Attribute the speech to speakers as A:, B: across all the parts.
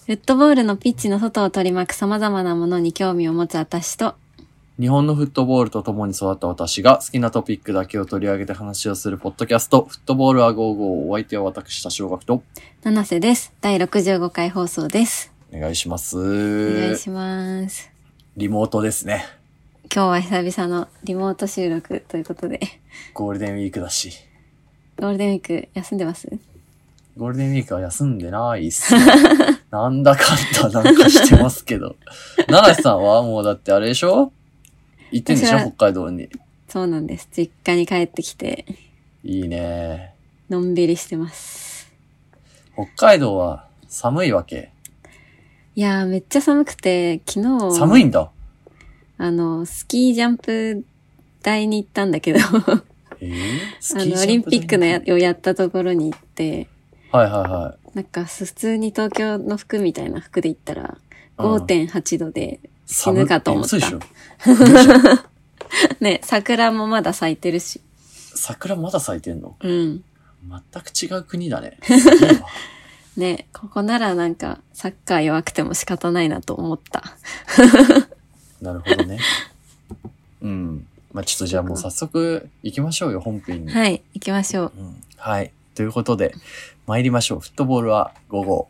A: フットボールのピッチの外を取り巻く様々なものに興味を持つ私と、
B: 日本のフットボールと共に育った私が好きなトピックだけを取り上げて話をするポッドキャスト、フットボールは55。お相手は私、田代学と。
A: 七瀬です。第65回放送です。
B: お願いします。
A: お願いします。
B: リモートですね。
A: 今日は久々のリモート収録ということで。
B: ゴールデンウィークだし。
A: ゴールデンウィーク休んでます？
B: ゴールデンウィークは休んでないっすね。なんだかんだなんかしてますけど。七瀬さんはもうだってあれでしょ？行ってんでしょ北海道に。
A: そうなんです。実家に帰ってきて。
B: いいね。
A: のんびりしてます。
B: 北海道は寒いわけ？
A: いやーめっちゃ寒くて、昨日。
B: 寒いんだ。
A: スキージャンプ台に行ったんだけど。
B: スキージャンプ台
A: オリンピックのをやったところに行って。
B: はいはいはい。
A: なんか普通に東京の服みたいな服で行ったら 5.8 度で死ぬかと思った。ね、桜もまだ咲いてるし。
B: 桜まだ咲いてんの？
A: うん。
B: 全く違う国だね。
A: ね、ここならなんかサッカー弱くても仕方ないなと思った。
B: なるほどね。うん。まあ、ちょっとじゃあもう早速行きましょうよ、本編に。
A: はい、行きましょう。
B: うん、はい。ということで、参りましょう。フットボールは55。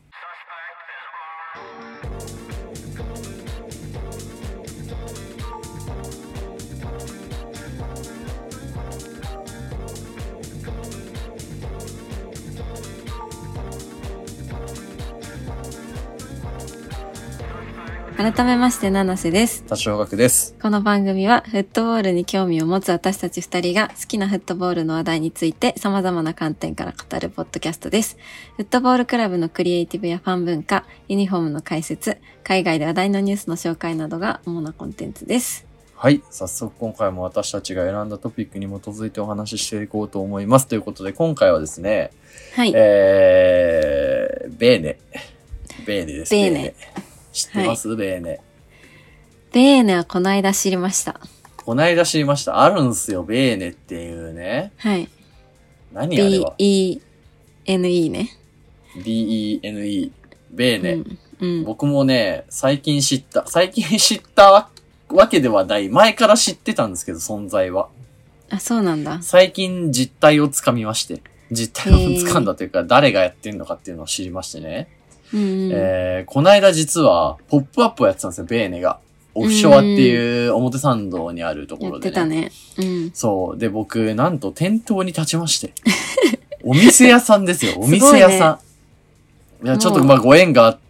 A: 改めまして七瀬です。
B: 田代学です。
A: この番組はフットボールに興味を持つ私たち二人が好きなフットボールの話題について様々な観点から語るポッドキャストです。フットボールクラブのクリエイティブやファン文化、ユニフォームの解説、海外で話題のニュースの紹介などが主なコンテンツです。
B: はい。早速今回も私たちが選んだトピックに基づいてお話ししていこうと思います。ということで今回はですね、
A: はい。
B: ベーネです。
A: ベーネ。
B: 知ってます、はい、ベーネ。
A: ベーネはこの間知りました。
B: この間知りました。あるんすよ、ベーネっていうね。
A: はい。
B: 何あれは？
A: B-E-N-E ね。
B: B-E-N-E。ベーネ。
A: うんうん、
B: 僕もね、最近知ったわけではない。前から知ってたんですけど、存在は。
A: あ、そうなんだ。
B: 最近実態をつかみまして。実態をつかんだというか、誰がやってんのかっていうのを知りましてね。
A: うんうん、
B: この間実は、ポップアップをやってたんですよ、ベーネが。オフショアっていう表参道にあるところで、ね。
A: やってたね。うん。
B: そう。で、僕、なんと店頭に立ちまして。お店屋さんですよ、お店屋さん。いや、ちょっとまあご縁があって。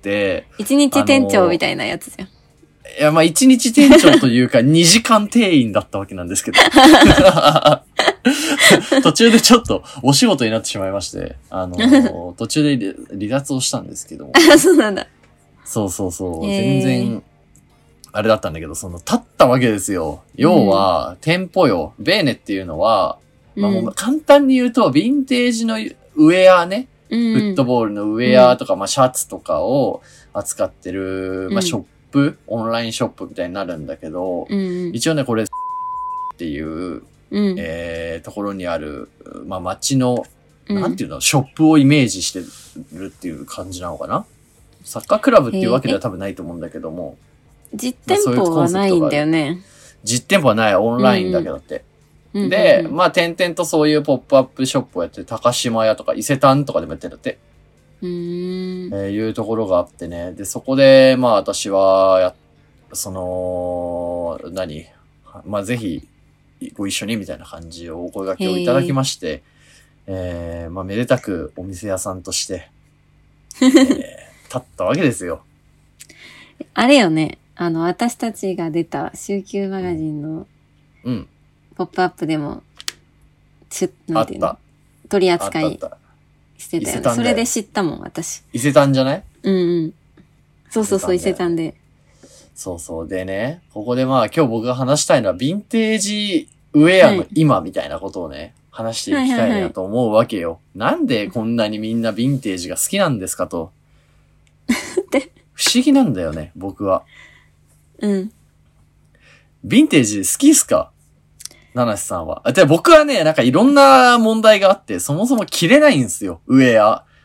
A: 一日店長みたいなやつじゃん。
B: いや、まあ一日店長というか2時間店員だったわけなんですけど。途中でちょっとお仕事になってしまいまして、途中で離脱をしたんですけども。
A: あ、そうなんだ。
B: そう。全然、あれだったんだけど、立ったわけですよ。要は、店舗よ。ベーネっていうのは、まあ、もう簡単に言うと、ヴィンテージのウェアね。フットボールのウェアとか、まあ、シャツとかを扱ってる、まあ、ショップ、オンラインショップみたいになるんだけど、一応ね、これ、っていう、ところにある、まあ、街の、なんていうの、ショップをイメージしてるっていう感じなのかな？サッカークラブっていうわけでは多分ないと思うんだけども。
A: 実店舗はないんだよね。
B: 実店舗はない、オンラインだけだって。で、まあ、点々とそういうポップアップショップをやってる、高島屋とか伊勢丹とかでもやってるって。いうところがあってね。で、そこで、まあ、私は、まあ、ぜひ、ご一緒にみたいな感じをお声掛けをいただきまして、まあ、めでたくお店屋さんとして、立ったわけですよ。
A: あれよね。私たちが出た週休マガジンの、ポップアップでも、なんていうの？取り扱いしてたよね。それで知ったもん、私。
B: 伊勢丹じゃない？
A: そう、伊勢丹で。
B: そう。でね、ここでまあ今日僕が話したいのは、ヴィンテージウェアの今みたいなことをね、話していきたいなと思うわけよ。なんでこんなにみんなヴィンテージが好きなんですかと。不思議なんだよね、僕は。ヴィンテージ好きっすか？七瀬さんは。で、僕はね、なんかいろんな問題があって、そもそも着れないんですよ、ウェア。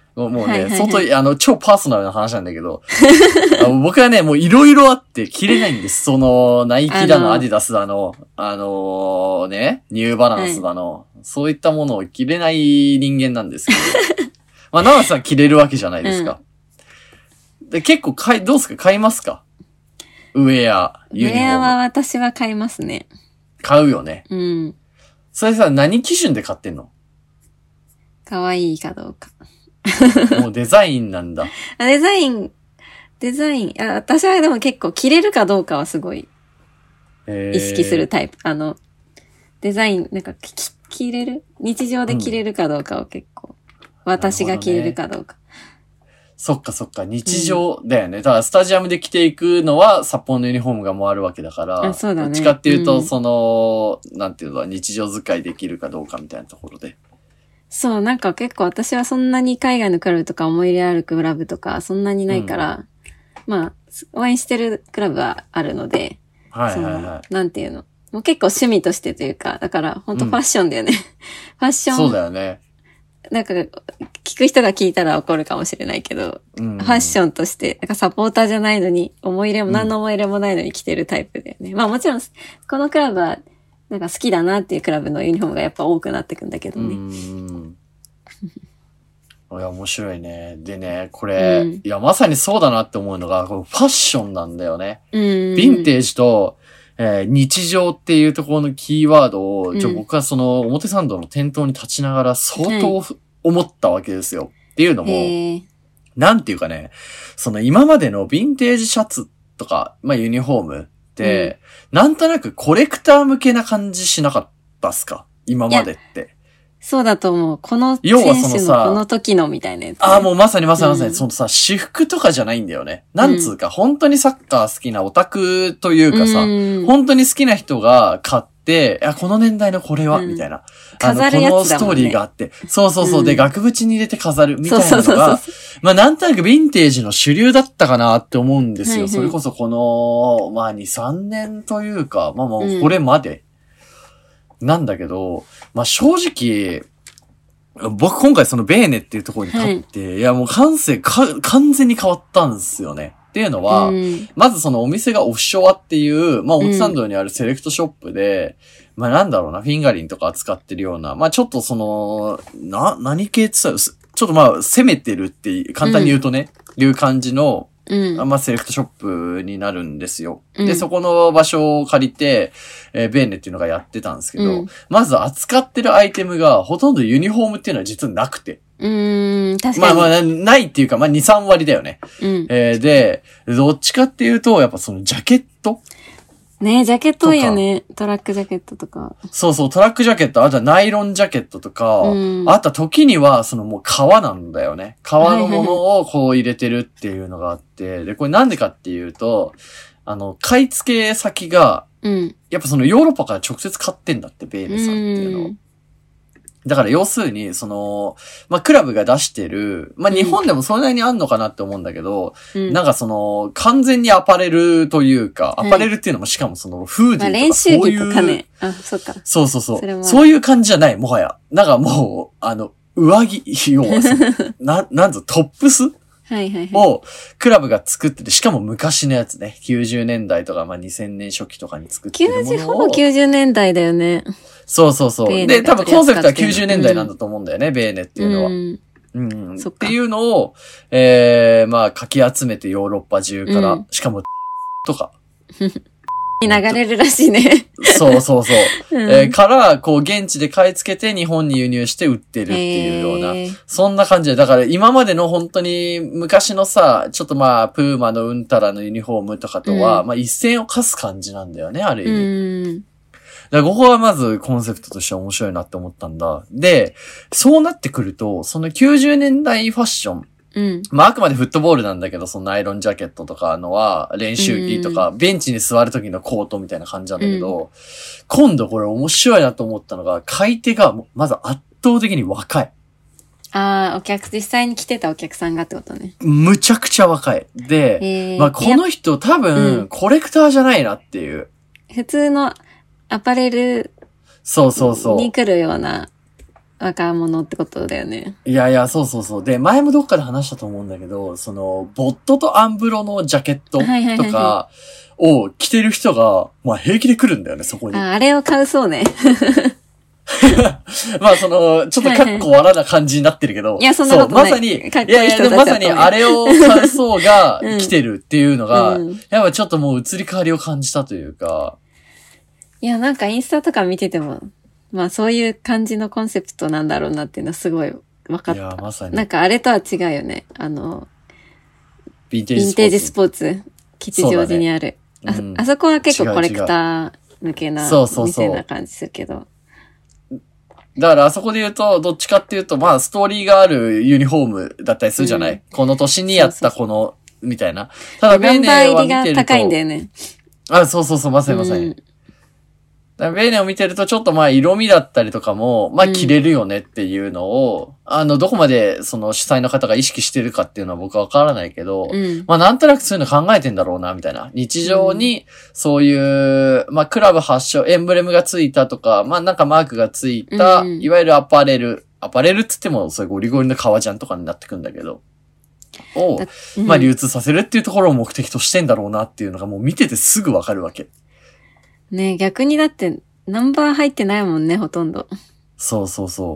B: もうね、
A: はいはいはい
B: 相当、超パーソナルな話なんだけど、僕はね、もういろいろあって着れないんです。ナイキだの、アディダスだの、ね、ニューバランスだの、そういったものを着れない人間なんですけど。まあ、ナナさん着れるわけじゃないですか。で、結構どうですか？買いますか？ウェア、ユニフォーム。
A: ウェアは私は買いますね。
B: 買うよね。
A: うん。
B: それさ、何基準で買ってんの？
A: 可愛いかどうか。
B: もうデザインなんだ。
A: デザイン、私はでも結構着れるかどうかはすごい意識するタイプ。デザイン、なんか着れる？日常で着れるかどうかを結構、私が着れるかどうか。
B: そっかそっか、日常だよね。だからスタジアムで着ていくのは札幌のユニフォームがもうあるわけだから、
A: そうだね。
B: どっちかっていうと、なんていうの、日常使いできるかどうかみたいなところで。
A: そう、なんか結構私はそんなに海外のクラブとか思い入れあるクラブとかそんなにないから、まあ、応援してるクラブはあるので、
B: はいはいはい。
A: なんていうの。もう結構趣味としてというか、だから本当ファッションだよね。ファッション。
B: そうだよね。
A: なんか、聞く人が聞いたら怒るかもしれないけど、ファッションとして、なんかサポーターじゃないのに、何の思い入れもないのに着てるタイプだよね。まあもちろん、このクラブは、なんか好きだなっていうクラブのユニフォームがやっぱ多くなってくんだけどね。
B: いや、面白いね。でね、これ、いや、まさにそうだなって思うのが、ファッションなんだよね。ヴィンテージと、日常っていうところのキーワードを、僕はその表参道の店頭に立ちながら相当思ったわけですよ。っていうのも、なんていうかね、その今までのヴィンテージシャツとか、まあユニフォームって、なんとなくコレクター向けな感じしなかったっすか？今までって。
A: そうだと思う。この選手のこの時のみたいなやつ、ね。
B: もうまさに。そのさ、私服とかじゃないんだよね。なんつうか、本当にサッカー好きなオタクというかさ、本当に好きな人が買って、この年代のこれは、みたいな。
A: 飾るやつだもんね。
B: このストーリーがあって。そう。で、額縁に入れて飾る、みたいなのが、まあなんとなくヴィンテージの主流だったかなって思うんですよ。それこそこの、まあ2、3年というか、まあもうこれまで。なんだけど、まあ、正直、僕今回そのベーネっていうところに立って、いやもう完全に変わったんですよね。っていうのは、まずそのお店がオフショアっていう、まあ、表参道にあるセレクトショップで、まあなんだろうな、フィンガリンとか扱ってるような、まあちょっとその、何系って言ったら、ちょっとまあ攻めてるって簡単に言うとね、いう感じの、まあ、セレクトショップになるんですよ。で、そこの場所を借りて、ベーネっていうのがやってたんですけど、まず扱ってるアイテムがほとんどユニフォームっていうのは実はなくて。
A: 確かに。
B: まあ、ないっていうか、まあ、2、3割だよね。で、どっちかっていうと、やっぱそのジャケット
A: ねえ、ジャケット多いよね。トラックジャケットとか。
B: そう、トラックジャケット、あとはナイロンジャケットとか、あとは時には、そのもう革なんだよね。革のものをこう入れてるっていうのがあって、で、これなんでかっていうと、買い付け先が、やっぱそのヨーロッパから直接買ってんだって、ベーネさんっていうのを。だから要するに、まあ、クラブが出してる、まあ、日本でもそれなりにあんのかなって思うんだけど、なんか完全にアパレルというか、アパレルっていうのもしかもフーディーとか、
A: 練習着とかね。そっか。
B: そう。そういう感じじゃない、もはや。なんかもう、上着、要はなんぞ、トップスを、クラブが作ってて、しかも昔のやつね。90年代とか、まあ、2000年初期とかに作ってるものを。
A: ほぼ90年代だよね。
B: そう。で、多分コンセプトは90年代なんだと思うんだよね、ベーネっていうのは。っていうのを、まあ、かき集めてヨーロッパ中から、しかも、とか。
A: に流れるらしいね。
B: そう。から、こう、現地で買い付けて日本に輸入して売ってるっていうような、そんな感じで、だから今までの本当に昔のさ、ちょっとまあ、プーマのうんたらのユニフォームとかとは、まあ一線を課す感じなんだよね、ある意味。だからここはまずコンセプトとしては面白いなって思ったんだ。で、そうなってくると、その90年代ファッション、まあ、あくまでフットボールなんだけど、そのナイロンジャケットとかのは、練習着とか、ベンチに座る時のコートみたいな感じなんだけど、今度これ面白いなと思ったのが、買い手が、まず圧倒的に若い。
A: 実際に来てたお客さんがってことね。
B: むちゃくちゃ若い。で、まあ、この人多分、コレクターじゃないなっていう。
A: 普通のアパレル
B: に
A: 来るような若者ってことだよね。
B: いやいや、そうそうそう。で、前もどっかで話したと思うんだけど、ボットとアンブロのジャケットとかを着てる人が、まあ平気で来るんだよね、そこに。
A: あれを買うそうね。
B: まあちょっとかっこ笑な感じになってるけど。
A: いや、そんなことない。
B: そう、まさに、いやいや、でもまさにあれを買う層が来てるっていうのが、やっぱちょっともう移り変わりを感じたというか。
A: いや、なんかインスタとか見てても、まあそういう感じのコンセプトなんだろうなっていうのはすごい分かった。いや、まさに。なんかあれとは違うよね。ヴィンテージスポーツ。吉祥寺にある。あそこは結構コレクター向けな店な感じするけど。
B: だからあそこで言うと、どっちかっていうと、まあストーリーがあるユニフォームだったりするじゃない、この年にやったこの、みたいな。ただベーネは見てると。ナンバー入りが高いんだよね。そう、まさにまさに。ベーネを見てるとちょっとまあ色味だったりとかも、まあ着れるよねっていうのを、どこまでその主催の方が意識してるかっていうのは僕はわからないけど、まあなんとなくそういうの考えてんだろうな、みたいな。日常にそういう、まあクラブ発祥、エンブレムがついたとか、まあなんかマークがついた、いわゆるアパレルって言ってもそれゴリゴリの革ジャンとかになってくんだけど、まあ流通させるっていうところを目的としてんだろうなっていうのがもう見ててすぐわかるわけ。
A: ねえ、逆にだって、ナンバー入ってないもんね、ほとんど。
B: そう。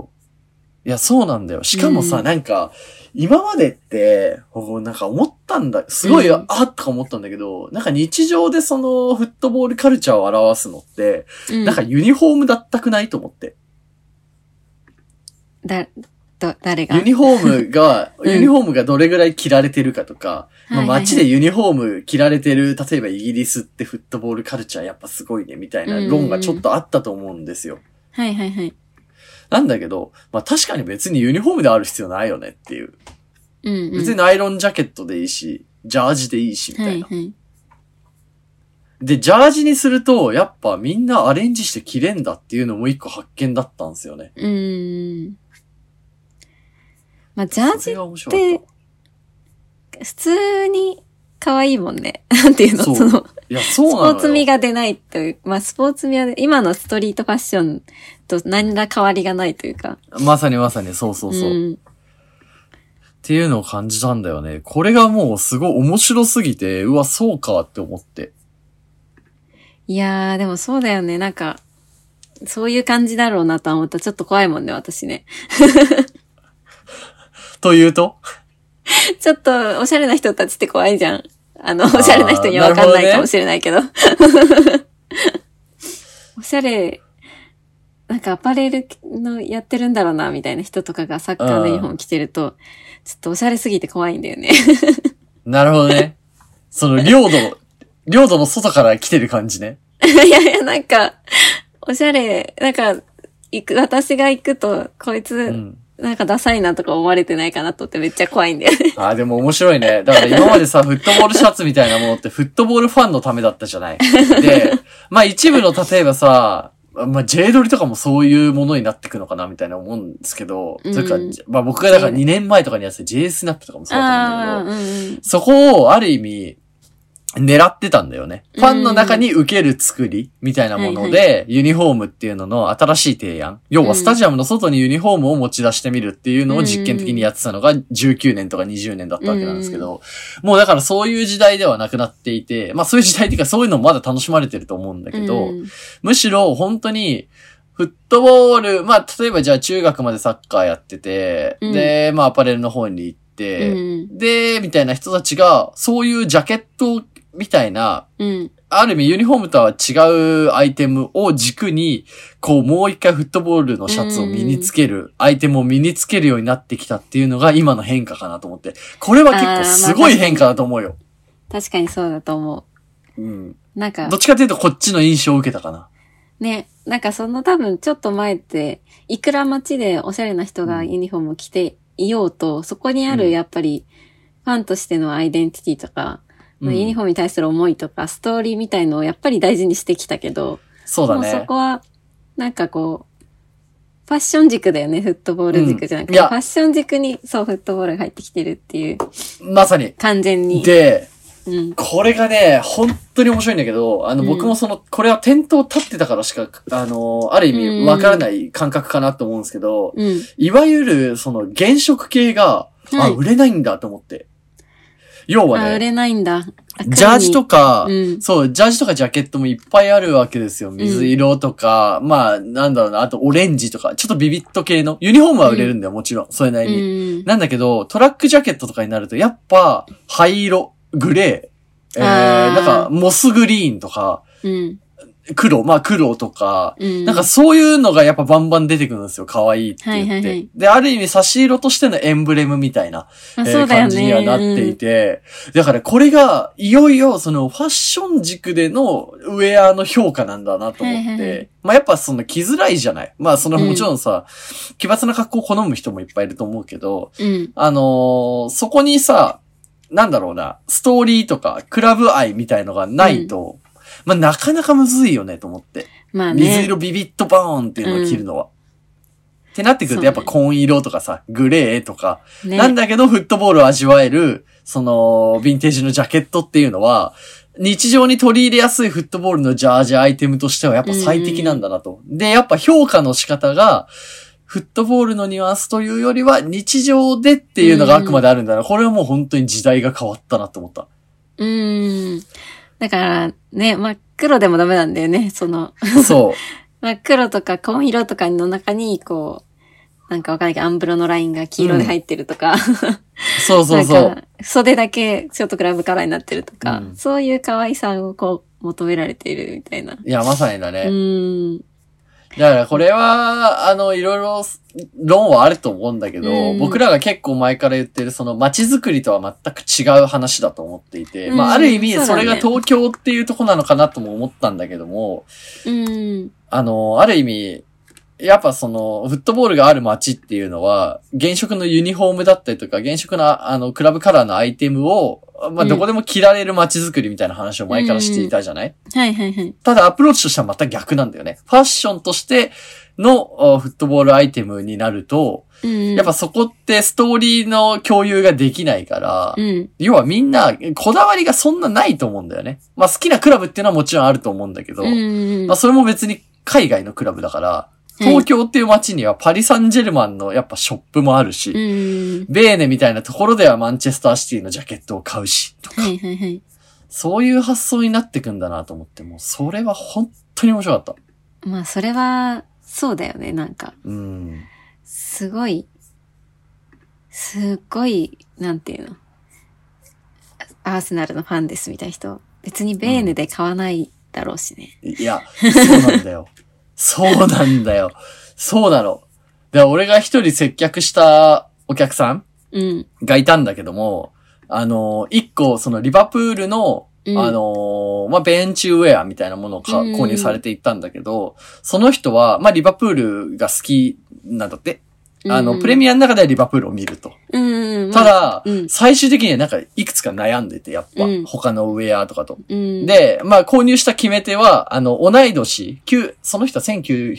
B: いや、そうなんだよ。しかもさ、なんか、今までって、なんか思ったんだ、すごい、あっとか思ったんだけど、なんか日常でフットボールカルチャーを表すのって、なんかユニフォームだったくないと思って。
A: 誰が
B: ユニフォームがどれぐらい着られてるかとか、まあ、街でユニフォーム着られてる、例えばイギリスってフットボールカルチャーやっぱすごいね、みたいな論がちょっとあったと思うんですよ。
A: はい。
B: なんだけど、まあ確かに別にユニフォームである必要ないよねっていう。別にナイロンジャケットでいいし、ジャージでいいし、みたいな。で、ジャージにすると、やっぱみんなアレンジして着れんだっていうのも一個発見だったんですよね。
A: まあ、ジャージって、普通に可愛いもんね。なんていうの
B: いや、そうなのよ。
A: スポーツ味が出ないという、まあ、スポーツ味は、今のストリートファッションと何ら変わりがないというか。
B: まさに、そう。っていうのを感じたんだよね。これがもうすごい面白すぎて、うわ、そうかって思って。
A: いやー、でもそうだよね。なんか、そういう感じだろうなと思ったらちょっと怖いもんね、私ね。
B: というと
A: ちょっと、おしゃれな人たちって怖いじゃん。おしゃれな人にはわかんないかもしれないけど。おしゃれ、なんかアパレルのやってるんだろうな、みたいな人とかがサッカーのユニフォーム着てると、ちょっとおしゃれすぎて怖いんだよね。
B: なるほどね。領土の外から来てる感じね。
A: いや、なんか、おしゃれ、なんか、私が行くと、こいつ、なんかダサいなとか思われてないかなとってめっちゃ怖いんだよね。
B: でも面白いね。だから今までさ、フットボールシャツみたいなものってフットボールファンのためだったじゃない。で、まあ一部の例えばさ、まあ J ドリとかもそういうものになってくのかなみたいな思うんですけど、というか、まあ僕がだから2年前とかにやってた J スナップとかもそうだったんだけど、そこをある意味、狙ってたんだよね。ファンの中に受ける作りみたいなもので、ユニフォームっていうのの新しい提案。要はスタジアムの外にユニフォームを持ち出してみるっていうのを実験的にやってたのが19年とか20年だったわけなんですけど、もうだからそういう時代ではなくなっていて、まあそういう時代っていうかそういうのもまだ楽しまれてると思うんだけど、むしろ本当に、フットボール、まあ例えばじゃあ中学までサッカーやってて、で、まあアパレルの方に行って、で、みたいな人たちが、そういうジャケットみたいな、ある意味ユニフォームとは違うアイテムを軸に、こうもう一回フットボールのシャツを身につける、アイテムを身につけるようになってきたっていうのが今の変化かなと思って。これは結構すごい変化だと思うよ。
A: 確かにそうだと思う。なんか。
B: どっちかというとこっちの印象を受けたかな。
A: ね、なんか多分ちょっと前って、いくら街でおしゃれな人がユニフォームを着ていようと、そこにあるやっぱり、ファンとしてのアイデンティティとか、ユニフォームに対する思いとか、ストーリーみたいのをやっぱり大事にしてきたけど、
B: そうだね。
A: もうそこは、なんかこう、ファッション軸だよね、フットボール軸じゃなくて、ファッション軸に、そう、フットボールが入ってきてるっていう。
B: まさに。
A: 完全に。
B: で、 これがね、本当に面白いんだけど、僕もこれは店頭立ってたからしか、ある意味わからない感覚かなと思うんですけど、いわゆる、原色系が、売れないんだと思って。要はね、
A: 売れないんだ。
B: ジャージとか、そう、ジャージとかジャケットもいっぱいあるわけですよ。水色とか、なんだろうな、あとオレンジとか、ちょっとビビット系の、ユニフォームは売れるんだよ、もちろん。それなりに。なんだけど、トラックジャケットとかになると、やっぱ、灰色、グレー、なんか、モスグリーンとか、黒とか、なんかそういうのがやっぱバンバン出てくるんですよ。可愛いって言って。で、ある意味差し色としてのエンブレムみたいな、感じにはなっていて、だからこれがいよいよファッション軸でのウェアの評価なんだなと思って、やっぱ着づらいじゃない。もちろんさ、奇抜な格好を好む人もいっぱいいると思うけど、そこにさ、なんだろうな、ストーリーとかクラブ愛みたいのがないと、なかなかむずいよね、と思って。水色ビビットバーンっていうのを着るのは。ってなってくると、やっぱ紺色とかさ、グレーとか、なんだけどフットボールを味わえる、ヴィンテージのジャケットっていうのは、日常に取り入れやすいフットボールのジャージアイテムとしてはやっぱ最適なんだなと。で、やっぱ評価の仕方が、フットボールのニュアンスというよりは日常でっていうのがあくまであるんだな。これはもう本当に時代が変わったなと思った。
A: だからね、真っ黒でもダメなんだよね、そう。真っ黒とか紺色とかの中に、なんかわかんないけど、アンブロのラインが黄色で入ってるとか。
B: そう。
A: 袖だけちょっとクラブカラーになってるとか、そういう可愛さを求められているみたいな。
B: いや、まさにだね。だからこれは、いろいろ論はあると思うんだけど、僕らが結構前から言ってる街づくりとは全く違う話だと思っていて、ある意味それが東京っていうとこなのかなとも思ったんだけども、ある意味、やっぱフットボールがある街っていうのは、原色のユニフォームだったりとか、原色のクラブカラーのアイテムを、どこでも着られる街づくりみたいな話を前からしていたじゃない？ただアプローチとしてはまた逆なんだよね。ファッションとしてのフットボールアイテムになると、やっぱそこってストーリーの共有ができないから、要はみんなこだわりがそんなないと思うんだよね。好きなクラブっていうのはもちろんあると思うんだけど、それも別に海外のクラブだから、東京っていう街にはパリ・サンジェルマンのやっぱショップもあるし、ベーネみたいなところではマンチェスターシティのジャケットを買うし、とか。そういう発想になってくんだなと思って、もうそれは本当に面白かった。
A: それは、そうだよね、なんか。すごい、なんていうの。アーセナルのファンですみたいな人、別にベーネで買わないだろうしね。
B: いや、そうなんだよ。そうなんだよ。そうなの。で、俺が一人接客したお客さんがいたんだけども、一個、リバプールの、ベンチウェアみたいなものを購入されていったんだけど、その人は、リバプールが好きなんだって。プレミアの中ではリバプールを見ると。ただ、最終的にはなんかいくつか悩んでて、やっぱ、他のウェアとかと。で、購入した決め手は、同い年、その人は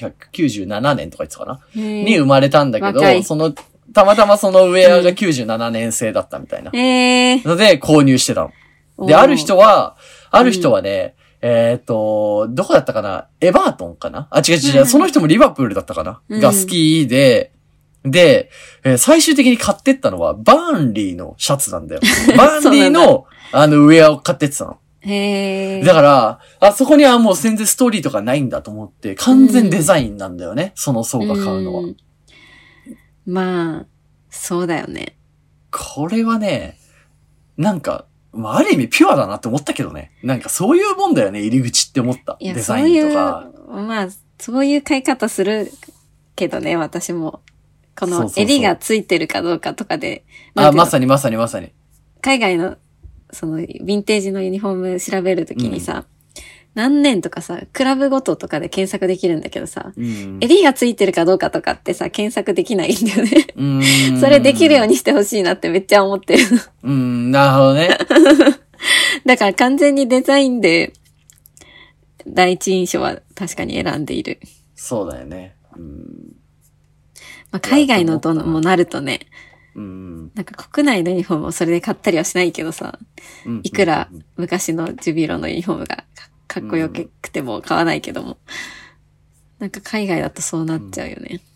B: 1997年とか言ってたかなに生まれたんだけど、たまたまそのウェアが97年生だったみたいな。ので、購入してたの。で、ある人はね、どこだったかなエバートンかな違う、その人もリバプールだったかなが好きで、最終的に買ってったのは、バーンリーのシャツなんだよ。バーンリーの、ウェアを買ってってたの。だから、そこにはもう全然ストーリーとかないんだと思って、完全デザインなんだよね。その層が買うのは。
A: そうだよね。
B: これはね、なんか、ある意味ピュアだなって思ったけどね。なんかそういうもんだよね、入り口って思った。デザインとか。
A: そういう買い方するけどね、私も。この襟がついてるかどうかとかで。
B: まさに。
A: 海外の、ヴィンテージのユニフォーム調べるときにさ、何年とかさ、クラブごととかで検索できるんだけどさ、襟がついてるかどうかとかってさ、検索できないんだよね。それできるようにしてほしいなってめっちゃ思ってる。
B: なるほどね。
A: だから完全にデザインで、第一印象は確かに選んでいる。
B: そうだよね。
A: 海外のともなるとね、
B: うん
A: なんか国内のユニフォームをそれで買ったりはしないけどさ、
B: うん。
A: いくら昔のジュビロのユニフォームがかっこよくても買わないけども。なんか海外だとそうなっちゃうよね。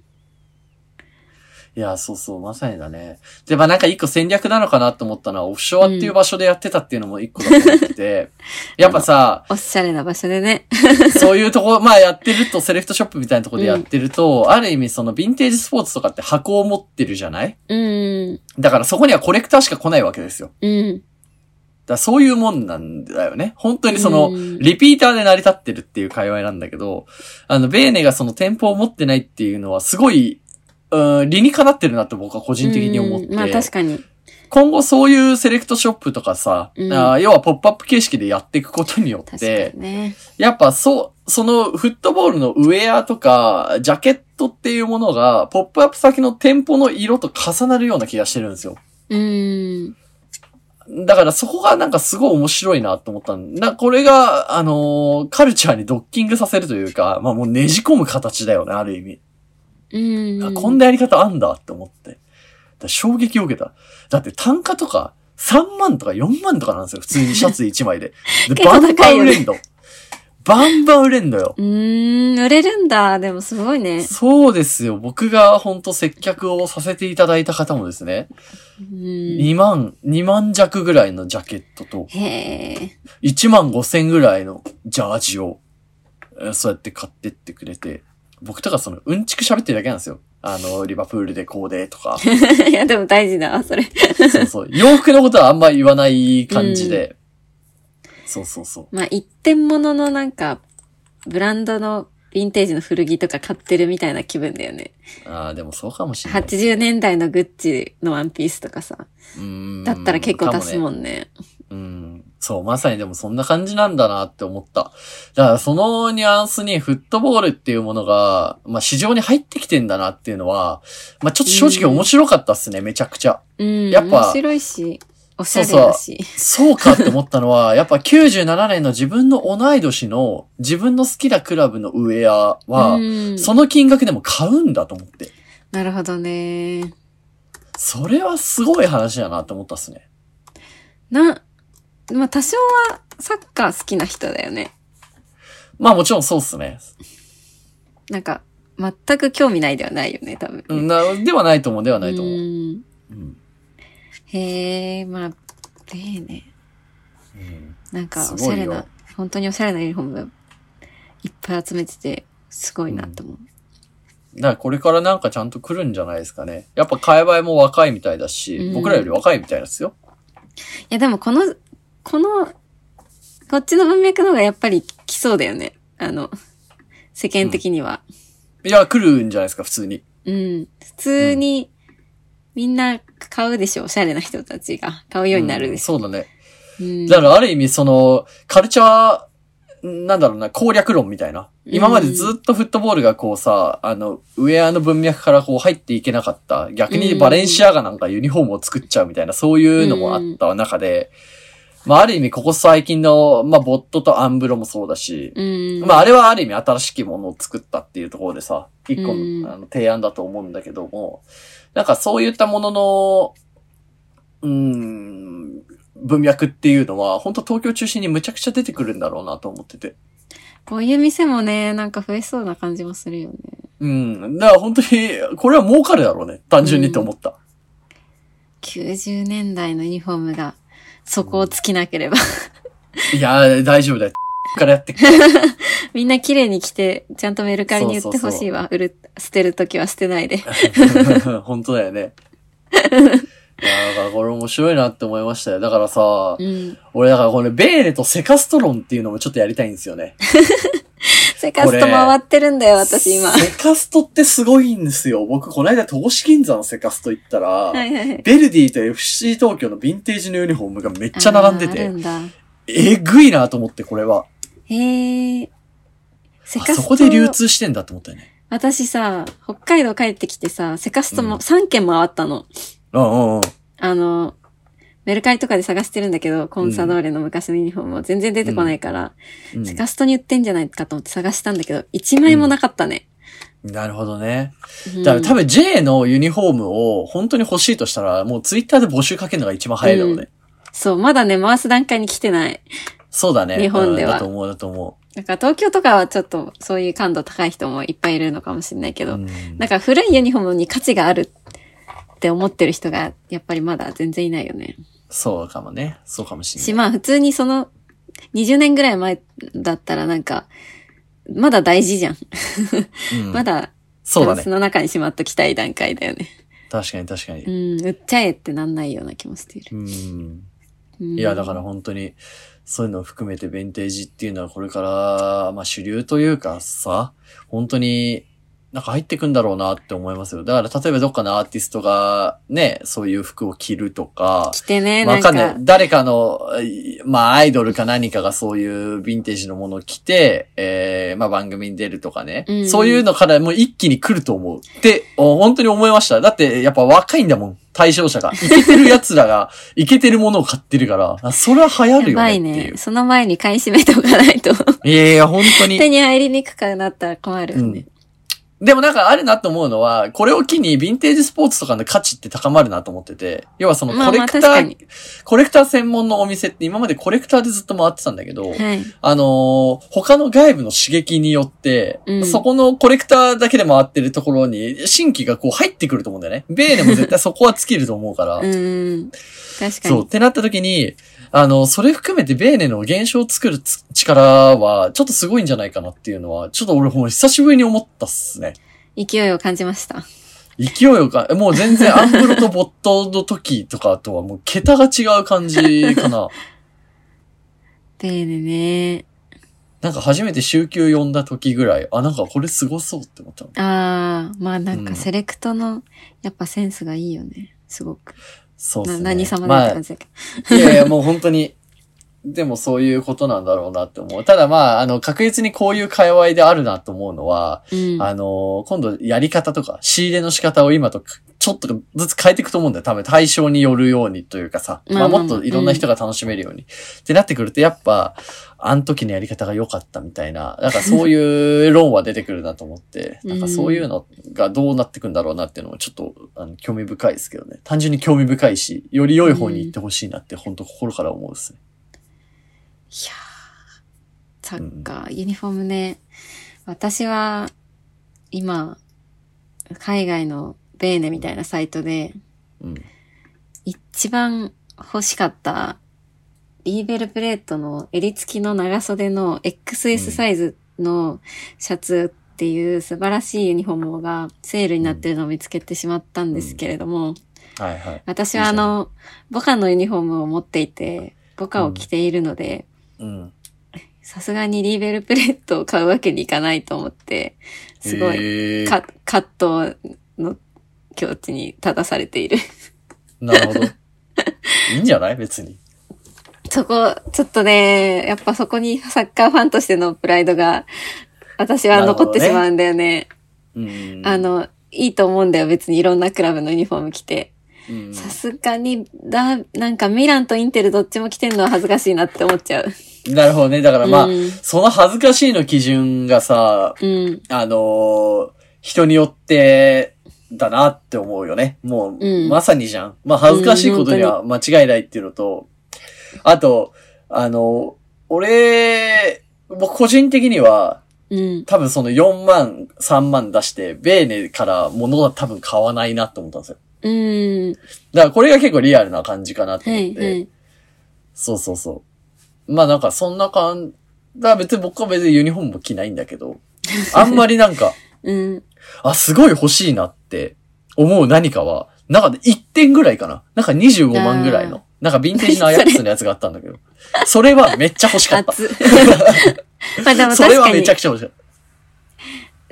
B: いや、そうそう、まさにだね。で、まあなんか一個戦略なのかなと思ったのは、オフショアっていう場所でやってたっていうのも一個だと思ってて、やっぱさ、
A: おしゃれな場所でね。
B: そういうとこ、まあやってると、セレクトショップみたいなとこでやってると、ある意味そのヴィンテージスポーツとかって箱を持ってるじゃない？だからそこにはコレクターしか来ないわけですよ。だからそういうもんなんだよね。本当にその、リピーターで成り立ってるっていう界隈なんだけど、ベーネがその店舗を持ってないっていうのはすごい、理にかなってるなって僕は個人的に思って。
A: まあ確かに。
B: 今後そういうセレクトショップとかさ、要はポップアップ形式でやっていくことによって、
A: ね、
B: やっぱそのフットボールのウェアとか、ジャケットっていうものが、ポップアップ先の店舗の色と重なるような気がしてるんですよ。だからそこがなんかすごい面白いなと思ったんだ。これが、カルチャーにドッキングさせるというか、まあもうねじ込む形だよね、ある意味。こんなやり方あんだって思って。衝撃を受けた。だって単価とか3万とか4万とかなんですよ。普通にシャツ1枚で。でバンバン売れんの。バンバン売れんのよ。
A: 売れるんだ。でもすごいね。
B: そうですよ。僕がほんと接客をさせていただいた方もですね。2万弱ぐらいのジャケットと、1万5千ぐらいのジャージを、そうやって買ってってくれて、僕とかそのうんちく喋ってるだけなんですよ。リバプールでこうでとか。
A: いや、でも大事だ、それ。
B: そうそう。洋服のことはあんま言わない感じで。そうそうそう。
A: まあ、一点物のなんか、ブランドのヴィンテージの古着とか買ってるみたいな気分だよね。
B: ああ、でもそうかもしれない。
A: 80年代のグッチのワンピースとかさ。だったら結構出すもんね。
B: そう、まさにでもそんな感じなんだなって思った。だからそのニュアンスにフットボールっていうものが、まあ市場に入ってきてんだなっていうのは、まあちょっと正直面白かったっすね、めちゃくちゃ。やっぱ。
A: 面白いし、おしゃれだし。
B: そうかって思ったのは、やっぱ97年の自分の同い年の自分の好きなクラブのウェアは、その金額でも買うんだと思って。
A: なるほどね。
B: それはすごい話だなって思ったっすね。
A: まあ多少はサッカー好きな人だよね。
B: まあもちろんそうっすね。
A: なんか、全く興味ないではないよね、多分。
B: ではないと思う。
A: へえ、まあ、ね。なんか、おしゃれな、本当におしゃれなユニフォームいっぱい集めてて、すごいなと思う。
B: だからこれからなんかちゃんと来るんじゃないですかね。やっぱ買い映えも若いみたいだし、僕らより若いみたいですよ。
A: いや、でもこっちの文脈の方がやっぱり来そうだよね。世間的には。
B: いや、来るんじゃないですか、普通に。
A: 普通に、みんな買うでしょ、おしゃれな人たちが。買うようになるでしょ。
B: そうだね。だからある意味、カルチャー、なんだろうな、攻略論みたいな。今までずっとフットボールがこうさ、ウェアの文脈からこう入っていけなかった。逆にバレンシアガなんかユニフォームを作っちゃうみたいな、そういうのもあった中で、まあある意味ここ最近の、まあボットとアンブロもそうだし、まああれはある意味新しきものを作ったっていうところでさ、一個の提案だと思うんだけども、なんかそういったものの、文脈っていうのは、本当東京中心にむちゃくちゃ出てくるんだろうなと思ってて。
A: こういう店もね、なんか増えそうな感じもするよね。
B: だから本当に、これは儲かるだろうね。単純にって思った。
A: 90年代のユニフォームが、そこを尽きなければ。
B: いやー、大丈夫だよ。からやってく
A: みんな綺麗に着て、ちゃんとメルカリに売ってほしいわ。捨てるときは捨てないで。
B: 本当だよね。いや、だからこれ面白いなって思いましたよ。だからさ、俺だからこれベーレとセカストロンっていうのもちょっとやりたいんですよね。
A: セカスト回ってるんだよ、私今。
B: セカストってすごいんですよ。僕、この間、東市銀座のセカスト行ったら、ベルディと FC 東京のヴィンテージのユニフォームがめっちゃ並んでて、えぐいなと思って、これは。
A: へー。
B: セカスト。そこで流通してんだと思ったよね。
A: 私さ、北海道帰ってきてさ、セカストも3軒回ったの。メルカリとかで探してるんだけど、コンサドーレの昔のユニフォームも全然出てこないから、セカストに売ってんじゃないかと思って探したんだけど、1枚もなかったね。
B: なるほどね。
A: うん、
B: だから多分 J のユニフォームを本当に欲しいとしたら、もうツイッターで募集かけるのが一番早いだろうね。
A: そう、まだね、回す段階に来てない。
B: そうだね。
A: 日本では。
B: だと思う。
A: だから東京とかはちょっとそういう感度高い人もいっぱいいるのかもしれないけど、なんか古いユニフォームに価値があるって思ってる人がやっぱりまだ全然いないよね。
B: そうかもね。そうかもしれない。
A: まあ普通にその20年ぐらい前だったらなんか、まだ大事じゃん。まだ、
B: そうだね。
A: タンスの中にしまっときたい段階だよね。
B: 確かに。
A: 売っちゃえってなんないような気もしている。
B: いや、だから本当に、そういうのを含めてヴィンテージっていうのはこれから、まあ主流というかさ、本当になんか入ってくんだろうなって思いますよ。だから例えばどっかのアーティストがね、そういう服を着るとか。
A: 着てね、
B: わかんない。誰かの、まあアイドルか何かがそういうヴィンテージのものを着て、まあ番組に出るとかね。そういうのからもう一気に来ると思う。って本当に思いました。だってやっぱ若いんだもん。対象者が。イケてる奴らが、イケてるものを買ってるから、それは流行るよねっていう。やばいね。
A: その前に買い占めておかないと。
B: いや、本当に。
A: 手に入りにくくなったら困るよね。
B: でもなんかあるなと思うのは、これを機にヴィンテージスポーツとかの価値って高まるなと思ってて、要はそのコレクター、コレクター専門のお店って今までコレクターでずっと回ってたんだけど、他の外部の刺激によって、そこのコレクターだけで回ってるところに新規がこう入ってくると思うんだよね。ベーネも絶対そこは尽きると思うから。
A: 確かに。
B: そう、ってなった時に、それ含めてベーネの現象を作る力は、ちょっとすごいんじゃないかなっていうのは、ちょっと俺もう久しぶりに思ったっすね。
A: 勢いを感じました。
B: 勢いをもう全然アンブロとボットの時とかとはもう桁が違う感じかな。
A: ベーネね。
B: なんか初めて週休呼んだ時ぐらい、なんかこれすごそうって思った
A: の。まあなんかセレクトの、やっぱセンスがいいよね。すごく。
B: そうですね。
A: 何様だって感じだけ
B: ど。いやもう本当に、でもそういうことなんだろうなって思う。ただまあ、確実にこういう界隈であるなと思うのは、今度やり方とか、仕入れの仕方を今とちょっとずつ変えていくと思うんだよ。多分対象によるようにというかさ、まあもっといろんな人が楽しめるように。ってなってくるとやっぱ、あの時のやり方が良かったみたいな、なんかそういう論は出てくるなと思って、なんかそういうのがどうなってくんだろうなっていうのもちょっと興味深いですけどね。単純に興味深いし、より良い方に行ってほしいなって本当心から思うですね。
A: いやー、サッカー、ユニフォームね。私は、今、海外のベーネみたいなサイトで、一番欲しかった、リーベルプレートの襟付きの長袖の XS サイズのシャツっていう素晴らしいユニフォームがセールになってるのを見つけてしまったんですけれども、私はボカのユニフォームを持っていて、ボカを着ているので、さすがにリーベルプレートを買うわけにいかないと思って、すごい葛藤の境地に立たされている。
B: なるほど。いいんじゃない別に。
A: そこ、ちょっとね、やっぱそこにサッカーファンとしてのプライドが、私は残ってしまうんだよね。いいと思うんだよ、別にいろんなクラブのユニフォーム着て。さすがに、なんかミランとインテルどっちも着てんのは恥ずかしいなって思っちゃう。
B: なるほどね。だからまあ、その恥ずかしいの基準がさ、人によってだなって思うよね。もう、まさにじゃん。まあ恥ずかしいことには間違いないっていうのと、あと、僕個人的には、多分その4万、3万出して、ベーネから物は多分買わないなって思ったんですよ。だからこれが結構リアルな感じかなと思って。そう。まあなんかそんな感じ、だから別に僕は別にユニフォームも着ないんだけど、あんまりなんか、すごい欲しいなって思う何かは、なんか1点ぐらいかな。なんか25万ぐらいの。なんかヴィンテージのアヤックスのやつがあったんだけど。それはめっちゃ欲しかった。
A: まあでも確かに。
B: それはめちゃくちゃ欲しかった。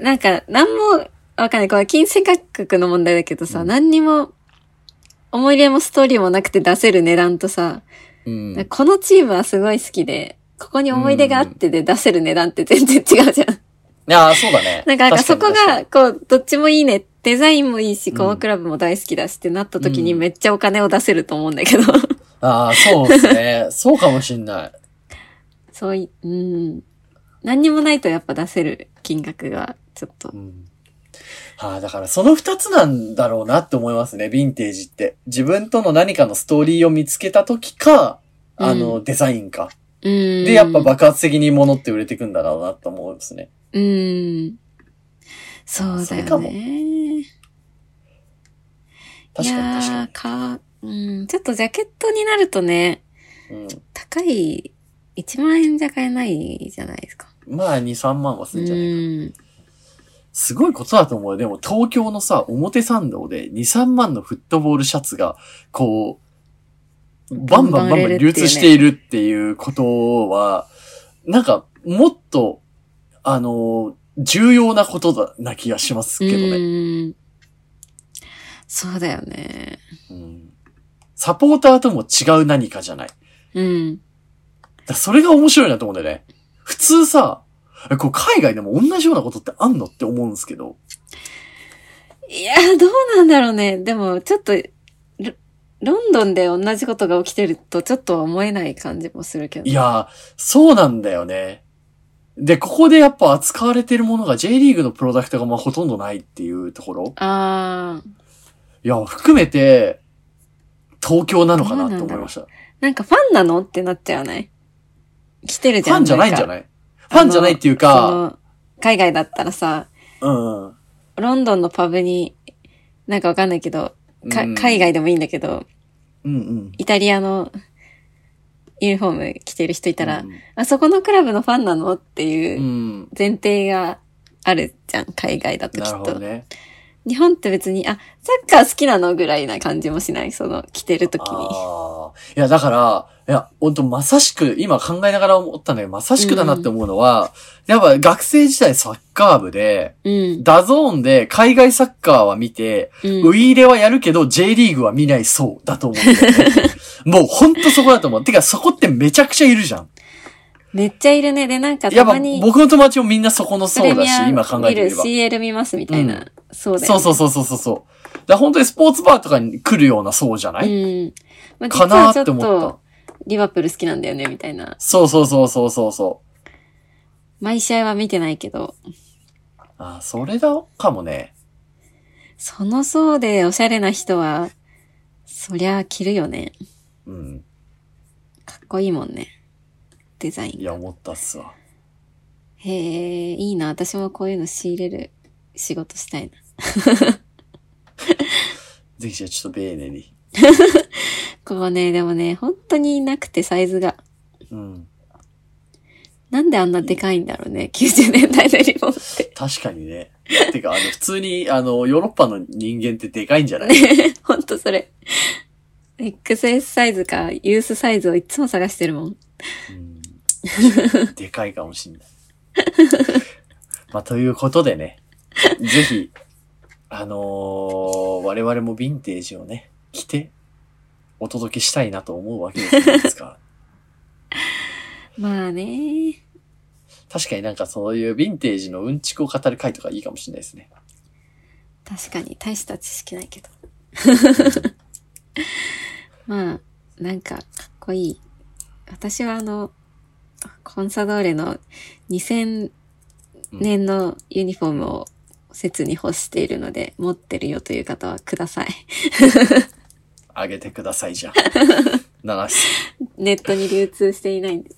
A: なんか、なんも、わかんない。これ金銭価格の問題だけどさ、何にも、思い入れもストーリーもなくて出せる値段とさ、このチームはすごい好きで、ここに思い出があってで出せる値段って全然違うじゃん。い
B: やそうだね。
A: なんかそこが、こう、どっちもいいね。デザインもいいし、このクラブも大好きだしってなった時にめっちゃお金を出せると思うんだけど。
B: そうですね。そうかもしんない。
A: 何にもないとやっぱ出せる金額がちょっと
B: だからその二つなんだろうなって思いますね、ヴィンテージって。自分との何かのストーリーを見つけた時か、デザインか。で、やっぱ爆発的に物って売れていくんだろうなと思うんですね。
A: そうだよね。
B: 確かに確か
A: に。ちょっとジャケットになるとね、高い、1万円じゃ買えないじゃないですか。
B: まあ、2、3万はするんじゃないか。すごいことだと思うよ。でも、東京のさ、表参道で2、3万のフットボールシャツが、こう、バンバン流通しているっていうことは、なんか、もっと、重要なことだな気がしますけどね。
A: そうだよね。
B: サポーターとも違う何かじゃない。それが面白いなと思うんだよね。普通さ、こう海外でも同じようなことってあんのって思うんですけど。
A: いや、どうなんだろうね。でも、ちょっと、ロンドンで同じことが起きてるとちょっとは思えない感じもするけど。
B: いや、そうなんだよね。で、ここでやっぱ扱われてるものが J リーグのプロダクトがまあほとんどないっていうところ。いや、含めて、東京なのかなって思いました。
A: なんかファンなのってなっちゃうね。来てるじゃん。
B: ファンじゃないんじゃない？ファンじゃないっていうか、
A: 海外だったらさ、ロンドンのパブに、なんかわかんないけど、海外でもいいんだけど、イタリアのユニフォーム着てる人いたら、あそこのクラブのファンなのっていう前提があるじゃん、海外だときっと。なるほどね。日本って別に、サッカー好きなのぐらいな感じもしない？その、着てるときに。
B: いや、だから、ほんとまさしく、今考えながら思ったんだけど、まさしくだなって思うのは、やっぱ学生時代サッカー部で、ダゾーンで海外サッカーは見て、ウイイレはやるけど J リーグは見ないそうだと思うんだよね。もうほんとそこだと思う。てかそこってめちゃくちゃいるじゃん。め
A: っちゃいるね。で、なんかたまに。
B: やっぱ僕の友達もみんなそこのそうだし、今考えてみれば。
A: CL 見ますみたいな。そうだよね。
B: そう。だ本当にスポーツバーとかに来るようなそうじゃない？かなーって思った。
A: リバプール好きなんだよね、みたいな。
B: そう。
A: 毎試合は見てないけど。
B: それだかもね。
A: その層でおしゃれな人は、そりゃ着るよね。かっこいいもんね。デザイン。
B: いや、思ったっすわ。
A: へえ、いいな。私もこういうの仕入れる仕事したいな。
B: ぜひじゃあちょっとベーネに。
A: こうね、でもね、本当になくてサイズが。なんであんなでかいんだろうね、90年代のリボンって。
B: 確かにね。てか、普通に、ヨーロッパの人間ってでかいんじゃない？
A: ね、ほんとそれ。XS サイズか、ユースサイズをいつも探してるもん。
B: でかいかもしんない。ということでね、ぜひ、我々もヴィンテージをね、着て、お届けしたいなと思うわけですから。
A: まあね。
B: 確かになんかそういうヴィンテージのうんちくを語る回とかいいかもしれないですね。
A: 確かに、大した知識ないけど。まあ、なんか、かっこいい。私はコンサドーレの2000年のユニフォームを切に欲しているので、持ってるよという方はください。
B: あげてくださいじゃん。流す。
A: ネットに流通していないんで。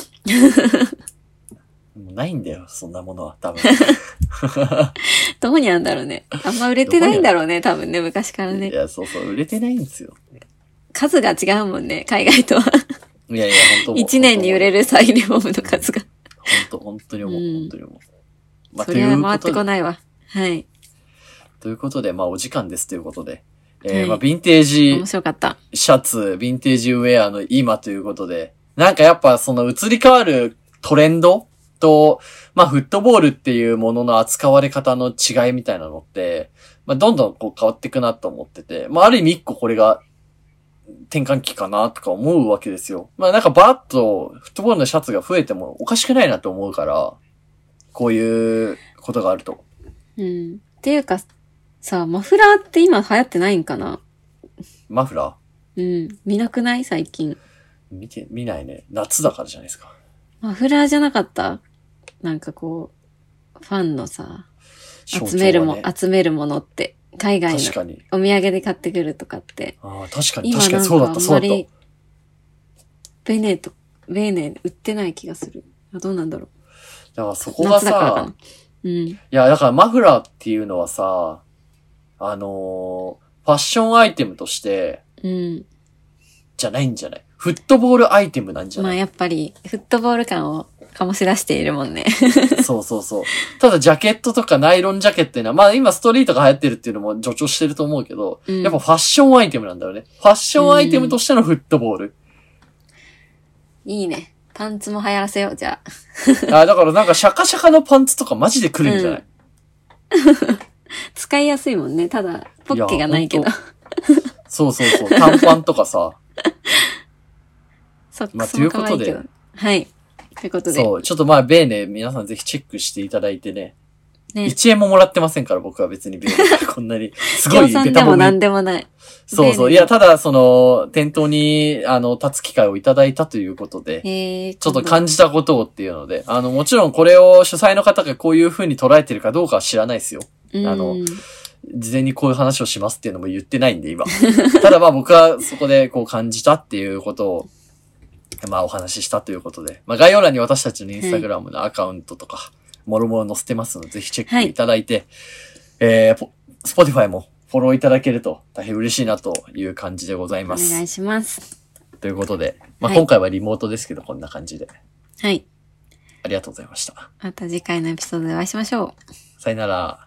B: もうないんだよ、そんなものは多分。
A: どこにあるんだろうね。あんま売れてないんだろうね、多分ね、昔からね。
B: いや、そう、売れてないんですよ。
A: 数が違うもんね、海外とは。
B: いや、本当
A: 1年に売れる再ユニフォームの数が。
B: 本当に思う、本当に思う。
A: それは回ってこないわ。はい。
B: ということで、お時間ですということで。ヴィンテージ
A: 面白かった
B: シャツ、ヴィンテージウェアの今ということで、なんかやっぱその移り変わるトレンドと、フットボールっていうものの扱われ方の違いみたいなのって、どんどんこう変わっていくなと思ってて、ある意味一個これが転換期かなとか思うわけですよ。なんかバーッとフットボールのシャツが増えてもおかしくないなと思うから、こういうことがあると。
A: っていうか、さあ、マフラーって今流行ってないんかな？
B: マフラ
A: ー？見なくない？最近。
B: 見ないね。夏だからじゃないですか。
A: マフラーじゃなかった？なんかこう、ファンのさ。 集めるものって、海外の
B: 確かに。
A: お土産で買ってくるとかって。
B: ああ、確かに、
A: 今
B: 確かに、そうだった、そうだった。
A: ベーネ売ってない気がする。どうなんだろう。
B: だからそこがさ、いや、だからマフラーっていうのはさ、ファッションアイテムとして、じゃないんじゃない？フットボールアイテムなんじゃない？
A: まあやっぱり、フットボール感を醸し出しているもんね。
B: そうそうそう。ただジャケットとかナイロンジャケットっていうのは、まあ今ストリートが流行ってるっていうのも助長してると思うけど、やっぱファッションアイテムなんだよね。ファッションアイテムとしてのフットボール。
A: いいね。パンツも流行らせよう、じゃ
B: あ。だからなんかシャカシャカのパンツとかマジで来るんじゃない？
A: 使いやすいもんね。ただ、ポッケがないけど。
B: そうそうそう。短パンとかさ。
A: ソックスも可愛いけど。はい。ということで。
B: そう。ちょっとまあ、ベーネ、皆さんぜひチェックしていただいてね。1円ももらってませんから、僕は別にベーネ。こんなに。すごいベタ褒め。
A: でもなんでもない。
B: そうそう。いや、ただ、店頭に、立つ機会をいただいたということで、ちょっと感じたことをっていうので、もちろんこれを主催の方がこういう風に捉えてるかどうかは知らないですよ。事前にこういう話をしますっていうのも言ってないんで、今。ただまあ僕はそこでこう感じたっていうことを、まあお話ししたということで、まあ概要欄に私たちのインスタグラムのアカウントとか、もろもろ載せてますので、ぜひチェックいただいて、Spotify もフォローいただけると大変嬉しいなという感じでございます。
A: お願いします。
B: ということで、まあ今回はリモートですけど、こんな感じで。
A: はい。
B: ありがとうございました。
A: また次回のエピソードでお会いしましょう。
B: さよなら。